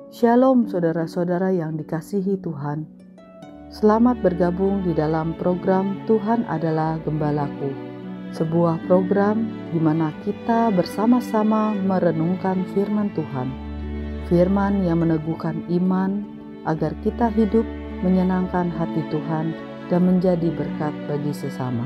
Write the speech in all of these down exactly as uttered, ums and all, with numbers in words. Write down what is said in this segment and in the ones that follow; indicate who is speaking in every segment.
Speaker 1: Shalom saudara-saudara yang dikasihi Tuhan. Selamat bergabung di dalam program Tuhan adalah Gembalaku. Sebuah program di mana kita bersama-sama merenungkan firman Tuhan. Firman yang meneguhkan iman agar kita hidup menyenangkan hati Tuhan dan menjadi berkat bagi sesama.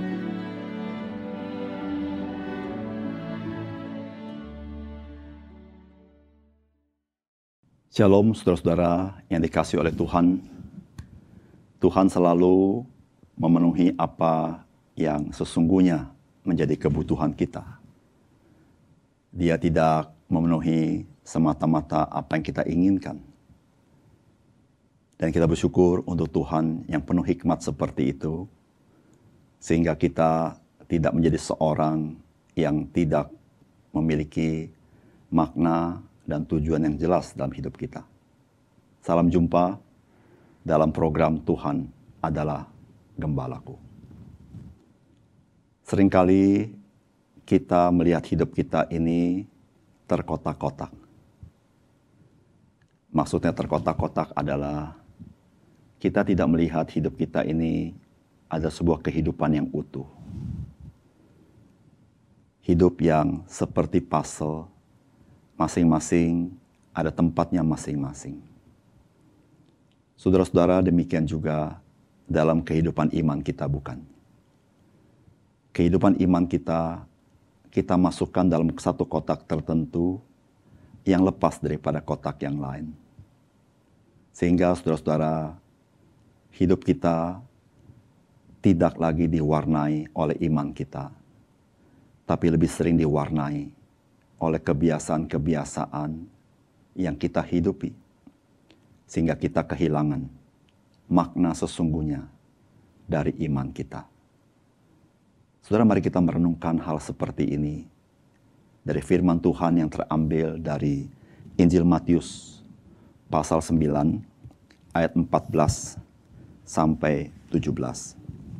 Speaker 2: Shalom saudara-saudara yang dikasihi oleh Tuhan. Tuhan selalu memenuhi apa yang sesungguhnya menjadi kebutuhan kita. Dia tidak memenuhi semata-mata apa yang kita inginkan. Dan kita bersyukur untuk Tuhan yang penuh hikmat seperti itu, sehingga kita tidak menjadi seorang yang tidak memiliki makna dan tujuan yang jelas dalam hidup kita. Salam jumpa dalam program Tuhan adalah Gembalaku. Seringkali kita melihat hidup kita ini terkotak-kotak. Maksudnya terkotak-kotak adalah kita tidak melihat hidup kita ini ada sebuah kehidupan yang utuh. Hidup yang seperti puzzle, masing-masing ada tempatnya masing-masing. Saudara-saudara, demikian juga dalam kehidupan iman kita, bukan? Kehidupan iman kita, kita masukkan dalam satu kotak tertentu yang lepas daripada kotak yang lain. Sehingga saudara-saudara, hidup kita tidak lagi diwarnai oleh iman kita, tapi lebih sering diwarnai oleh kebiasaan-kebiasaan yang kita hidupi, sehingga kita kehilangan makna sesungguhnya dari iman kita. Saudara, mari kita merenungkan hal seperti ini dari firman Tuhan yang terambil dari Injil Matius pasal sembilan ayat empat belas sampai tujuh belas.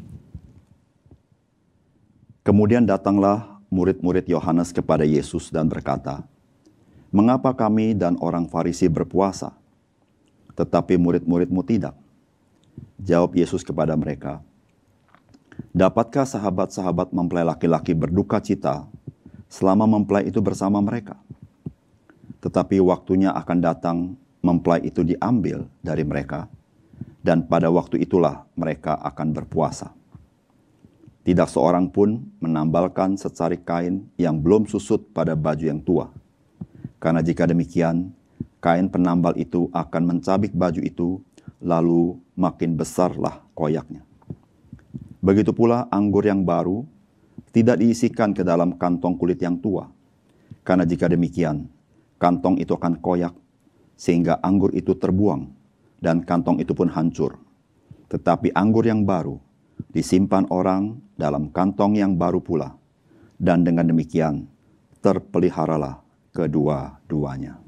Speaker 2: Kemudian datanglah murid-murid Yohanes kepada Yesus dan berkata, "Mengapa kami dan orang Farisi berpuasa, tetapi murid-muridmu tidak?" Jawab Yesus kepada mereka, "Dapatkah sahabat-sahabat mempelai laki-laki berduka cita selama mempelai itu bersama mereka? Tetapi waktunya akan datang mempelai itu diambil dari mereka, dan pada waktu itulah mereka akan berpuasa. Tidak seorang pun menambalkan secari kain yang belum susut pada baju yang tua. Karena jika demikian, kain penambal itu akan mencabik baju itu, lalu makin besarlah koyaknya. Begitu pula anggur yang baru tidak diisikan ke dalam kantong kulit yang tua. Karena jika demikian, kantong itu akan koyak, sehingga anggur itu terbuang, dan kantong itu pun hancur. Tetapi anggur yang baru disimpan orang dalam kantong yang baru pula, dan dengan demikian terpeliharalah kedua-duanya."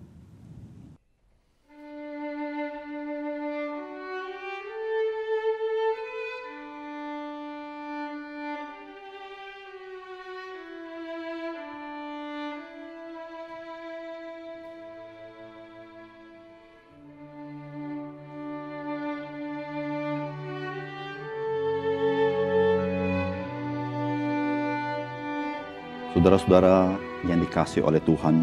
Speaker 2: Saudara-saudara yang dikasihi oleh Tuhan,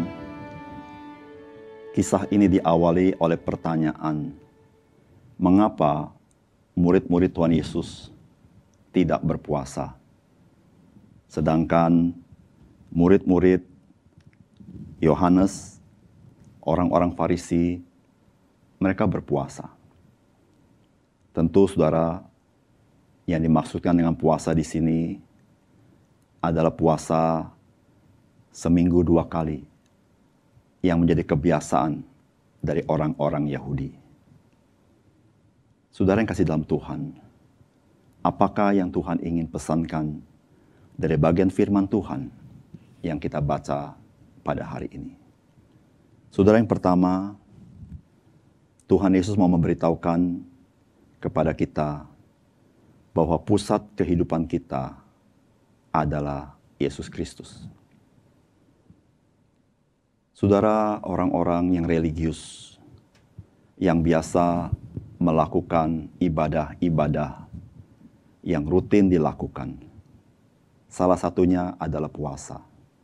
Speaker 2: kisah ini diawali oleh pertanyaan, mengapa murid-murid Tuhan Yesus tidak berpuasa? Sedangkan murid-murid Yohanes, orang-orang Farisi, mereka berpuasa. Tentu saudara, yang dimaksudkan dengan puasa di sini adalah puasa seminggu dua kali yang menjadi kebiasaan dari orang-orang Yahudi. Saudara yang kasih dalam Tuhan, apakah yang Tuhan ingin pesankan dari bagian firman Tuhan yang kita baca pada hari ini? Saudara, yang pertama, Tuhan Yesus mau memberitahukan kepada kita bahwa pusat kehidupan kita adalah Yesus Kristus. Saudara, orang-orang yang religius, yang biasa melakukan ibadah-ibadah yang rutin dilakukan, salah satunya adalah puasa.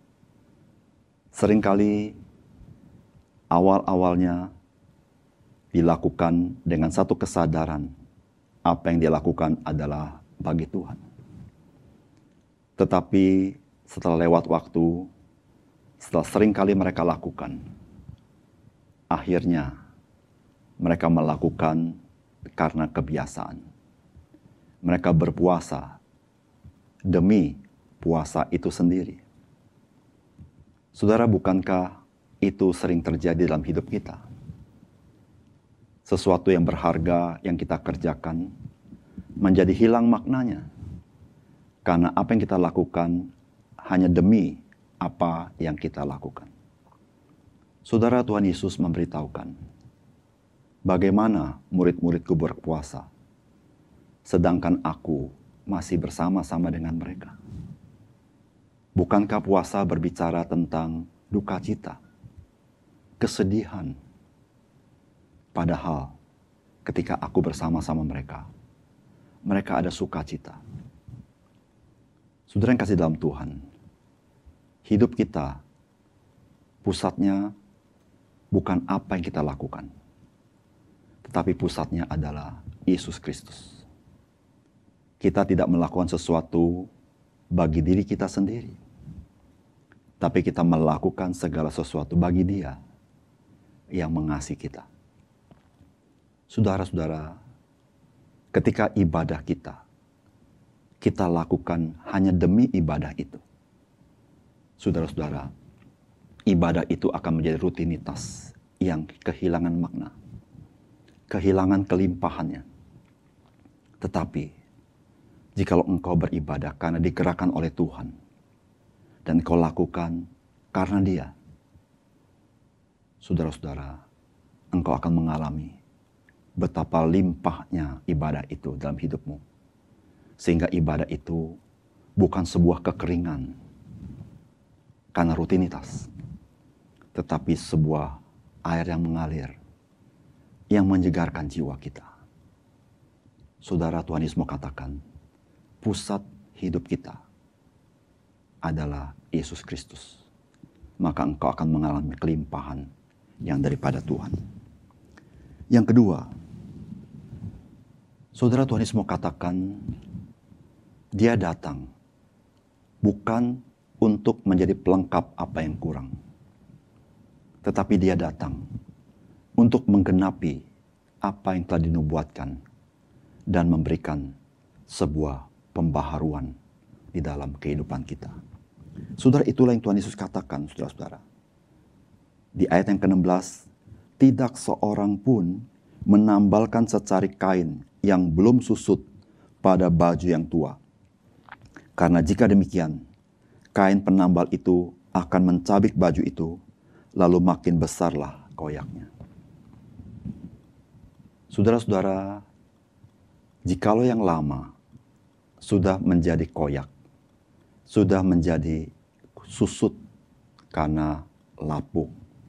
Speaker 2: Seringkali awal-awalnya dilakukan dengan satu kesadaran apa yang dilakukan adalah bagi Tuhan. Tetapi setelah lewat waktu, setelah seringkali mereka lakukan, akhirnya mereka melakukan karena kebiasaan. Mereka berpuasa demi puasa itu sendiri. Saudara, bukankah itu sering terjadi dalam hidup kita? Sesuatu yang berharga yang kita kerjakan menjadi hilang maknanya. Karena apa yang kita lakukan hanya demi apa yang kita lakukan. Saudara, Tuhan Yesus memberitahukan bagaimana murid-muridku berpuasa, sedangkan aku masih bersama-sama dengan mereka. Bukankah puasa berbicara tentang duka cita, kesedihan? Padahal ketika aku bersama-sama mereka, mereka ada sukacita. Saudara yang kasih dalam Tuhan, hidup kita pusatnya bukan apa yang kita lakukan, tetapi pusatnya adalah Yesus Kristus. Kita tidak melakukan sesuatu bagi diri kita sendiri, tapi kita melakukan segala sesuatu bagi Dia yang mengasihi kita. Saudara-saudara, ketika ibadah kita, kita lakukan hanya demi ibadah itu. Saudara-saudara, ibadah itu akan menjadi rutinitas yang kehilangan makna, kehilangan kelimpahannya. Tetapi, jikalau engkau beribadah karena digerakkan oleh Tuhan, dan engkau lakukan karena Dia, saudara-saudara, engkau akan mengalami betapa limpahnya ibadah itu dalam hidupmu. Sehingga ibadah itu bukan sebuah kekeringan karena rutinitas, tetapi sebuah air yang mengalir, yang menyegarkan jiwa kita. Saudara, Tuhan Yesus mau katakan, pusat hidup kita adalah Yesus Kristus. Maka engkau akan mengalami kelimpahan yang daripada Tuhan. Yang kedua, saudara, Tuhan Yesus mau katakan, Dia datang bukan untuk menjadi pelengkap apa yang kurang, tetapi Dia datang untuk menggenapi apa yang telah dinubuatkan dan memberikan sebuah pembaharuan di dalam kehidupan kita. Saudara, itulah yang Tuhan Yesus katakan, saudara-saudara. Di ayat yang ke enam belas, tidak seorang pun menambalkan secari kain yang belum susut pada baju yang tua. Karena jika demikian, kain penambal itu akan mencabik baju itu, lalu makin besarlah koyaknya. Saudara-saudara, jikalau yang lama sudah menjadi koyak, sudah menjadi susut karena lapuk,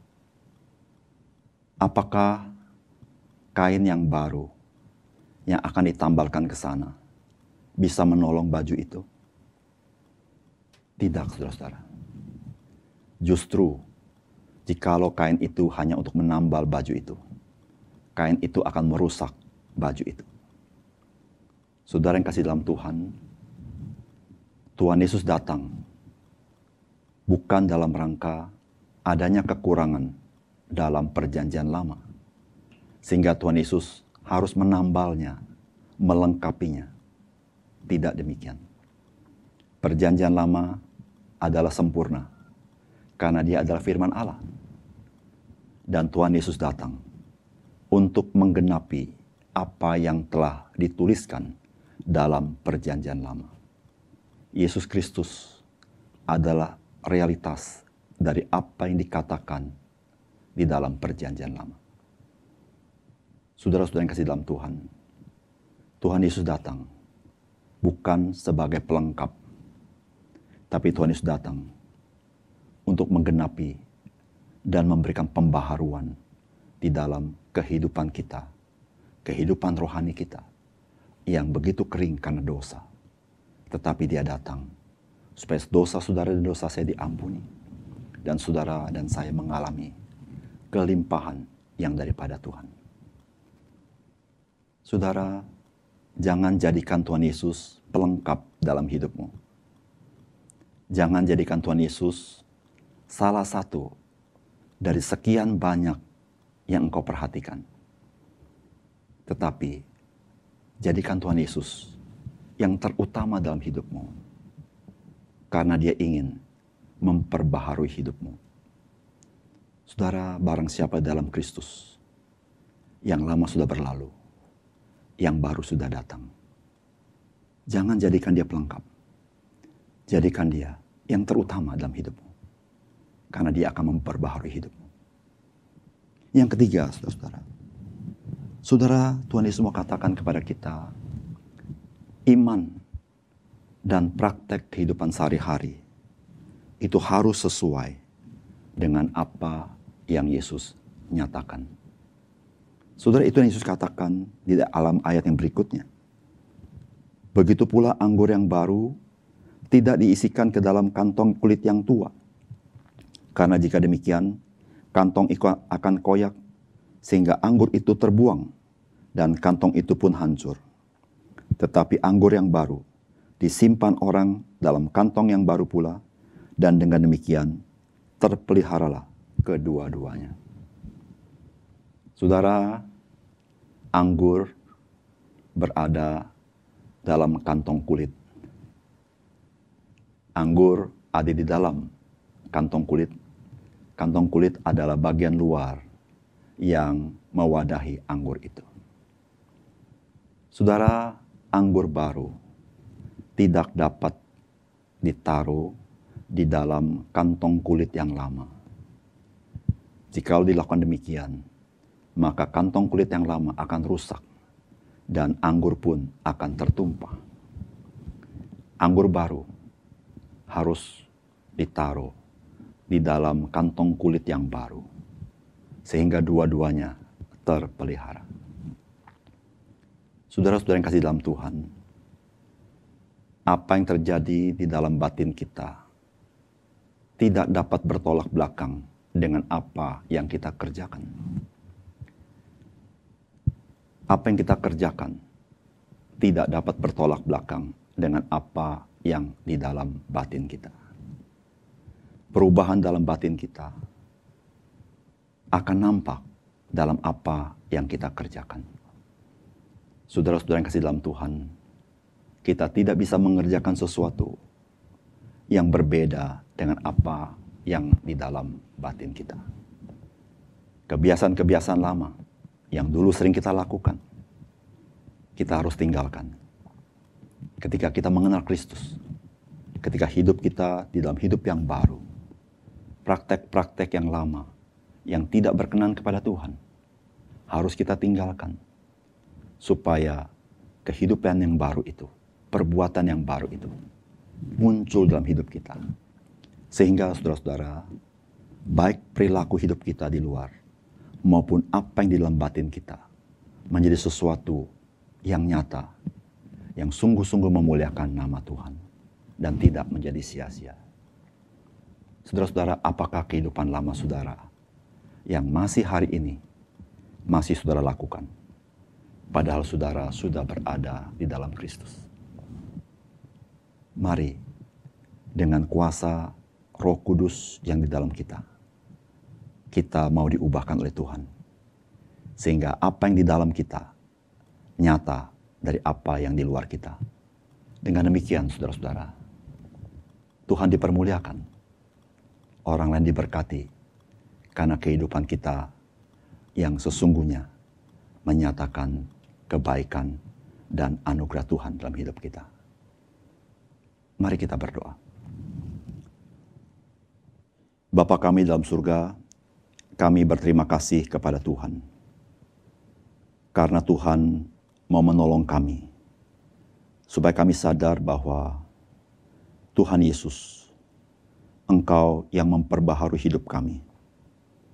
Speaker 2: apakah kain yang baru yang akan ditambalkan ke sana bisa menolong baju itu? Tidak, saudara-saudara. Justru, jikalau kain itu hanya untuk menambal baju itu, kain itu akan merusak baju itu. Saudara yang kasih dalam Tuhan, Tuhan Yesus datang bukan dalam rangka adanya kekurangan dalam perjanjian lama, sehingga Tuhan Yesus harus menambalnya, melengkapinya. Tidak demikian. Perjanjian lama adalah sempurna karena Dia adalah firman Allah. Dan Tuhan Yesus datang untuk menggenapi apa yang telah dituliskan dalam perjanjian lama. Yesus Kristus adalah realitas dari apa yang dikatakan di dalam perjanjian lama. Saudara-saudara yang kasih dalam Tuhan, Tuhan Yesus datang bukan sebagai pelengkap, tapi Tuhan Yesus datang untuk menggenapi dan memberikan pembaharuan di dalam kehidupan kita, kehidupan rohani kita yang begitu kering karena dosa. Tetapi Dia datang supaya dosa saudara dan dosa saya diampuni, dan saudara dan saya mengalami kelimpahan yang daripada Tuhan. Saudara, jangan jadikan Tuhan Yesus pelengkap dalam hidupmu. Jangan jadikan Tuhan Yesus salah satu dari sekian banyak yang engkau perhatikan. Tetapi, jadikan Tuhan Yesus yang terutama dalam hidupmu. Karena Dia ingin memperbaharui hidupmu. Saudara, barang siapa dalam Kristus, yang lama sudah berlalu, yang baru sudah datang. Jangan jadikan dia pelengkap. Jadikan dia yang terutama dalam hidupmu. Karena dia akan memperbaharui hidupmu. Yang ketiga, saudara-saudara. Saudara, Tuhan Yesus mau katakan kepada kita, iman dan praktek kehidupan sehari-hari itu harus sesuai dengan apa yang Yesus nyatakan. Saudara, itu yang Yesus katakan di dalam ayat yang berikutnya. Begitu pula anggur yang baru tidak diisikan ke dalam kantong kulit yang tua. Karena jika demikian, kantong itu akan koyak sehingga anggur itu terbuang dan kantong itu pun hancur. Tetapi anggur yang baru disimpan orang dalam kantong yang baru pula, dan dengan demikian terpeliharalah kedua-duanya. Saudara, anggur berada dalam kantong kulit. Anggur ada di dalam kantong kulit. Kantong kulit adalah bagian luar yang mewadahi anggur itu. Saudara, anggur baru tidak dapat ditaruh di dalam kantong kulit yang lama. Jika dilakukan demikian, maka kantong kulit yang lama akan rusak dan anggur pun akan tertumpah. Anggur baru harus ditaruh di dalam kantong kulit yang baru sehingga dua-duanya terpelihara. Saudara-saudara yang kasih dalam Tuhan, apa yang terjadi di dalam batin kita tidak dapat bertolak belakang dengan apa yang kita kerjakan. Apa yang kita kerjakan tidak dapat bertolak belakang dengan apa yang di dalam batin kita. Perubahan dalam batin kita akan nampak dalam apa yang kita kerjakan. Saudara-saudara yang kasih dalam Tuhan, kita tidak bisa mengerjakan sesuatu yang berbeda dengan apa yang di dalam batin kita. Kebiasaan-kebiasaan lama yang dulu sering kita lakukan, kita harus tinggalkan. Ketika kita mengenal Kristus, ketika hidup kita di dalam hidup yang baru, praktek-praktek yang lama yang tidak berkenan kepada Tuhan harus kita tinggalkan, supaya kehidupan yang baru itu, perbuatan yang baru itu muncul dalam hidup kita. Sehingga saudara-saudara, baik perilaku hidup kita di luar maupun apa yang di dalam batin kita menjadi sesuatu yang nyata, yang sungguh-sungguh memuliakan nama Tuhan dan tidak menjadi sia-sia. Saudara-saudara, apakah kehidupan lama saudara yang masih hari ini masih saudara lakukan, padahal saudara sudah berada di dalam Kristus? Mari dengan kuasa Roh Kudus yang di dalam kita, kita mau diubahkan oleh Tuhan, sehingga apa yang di dalam kita nyata dari apa yang di luar kita. Dengan demikian, saudara-saudara, Tuhan dipermuliakan, orang lain diberkati, karena kehidupan kita yang sesungguhnya menyatakan kebaikan dan anugerah Tuhan dalam hidup kita. Mari kita berdoa. Bapa kami dalam surga, kami berterima kasih kepada Tuhan, karena Tuhan mau menolong kami, supaya kami sadar bahwa Tuhan Yesus, Engkau yang memperbaharui hidup kami.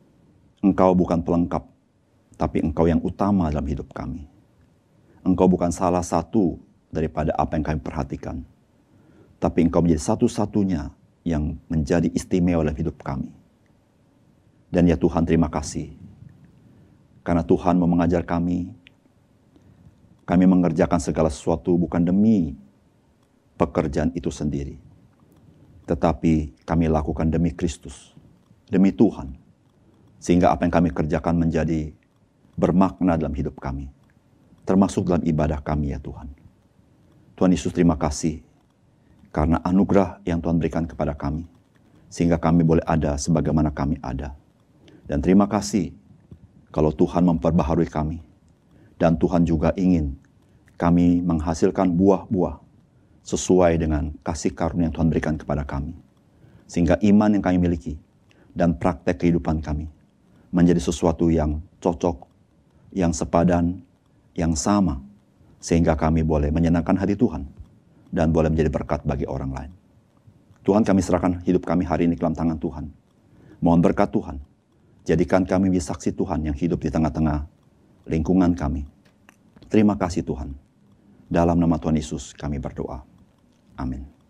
Speaker 2: Engkau bukan pelengkap, tapi Engkau yang utama dalam hidup kami. Engkau bukan salah satu daripada apa yang kami perhatikan, tapi Engkau menjadi satu-satunya yang menjadi istimewa dalam hidup kami. Dan ya Tuhan, terima kasih. Karena Tuhan mau mengajar kami, kami mengerjakan segala sesuatu bukan demi pekerjaan itu sendiri, tetapi kami lakukan demi Kristus, demi Tuhan. Sehingga apa yang kami kerjakan menjadi bermakna dalam hidup kami, termasuk dalam ibadah kami ya Tuhan. Tuhan Yesus, terima kasih karena anugerah yang Tuhan berikan kepada kami, sehingga kami boleh ada sebagaimana kami ada. Dan terima kasih kalau Tuhan memperbaharui kami, dan Tuhan juga ingin kami menghasilkan buah-buah sesuai dengan kasih karunia yang Tuhan berikan kepada kami. Sehingga iman yang kami miliki dan praktek kehidupan kami menjadi sesuatu yang cocok, yang sepadan, yang sama. Sehingga kami boleh menyenangkan hati Tuhan dan boleh menjadi berkat bagi orang lain. Tuhan, kami serahkan hidup kami hari ini ke dalam tangan Tuhan. Mohon berkat Tuhan. Jadikan kami menjadi saksi Tuhan yang hidup di tengah-tengah lingkungan kami. Terima kasih Tuhan. Dalam nama Tuhan Yesus kami berdoa. Amin.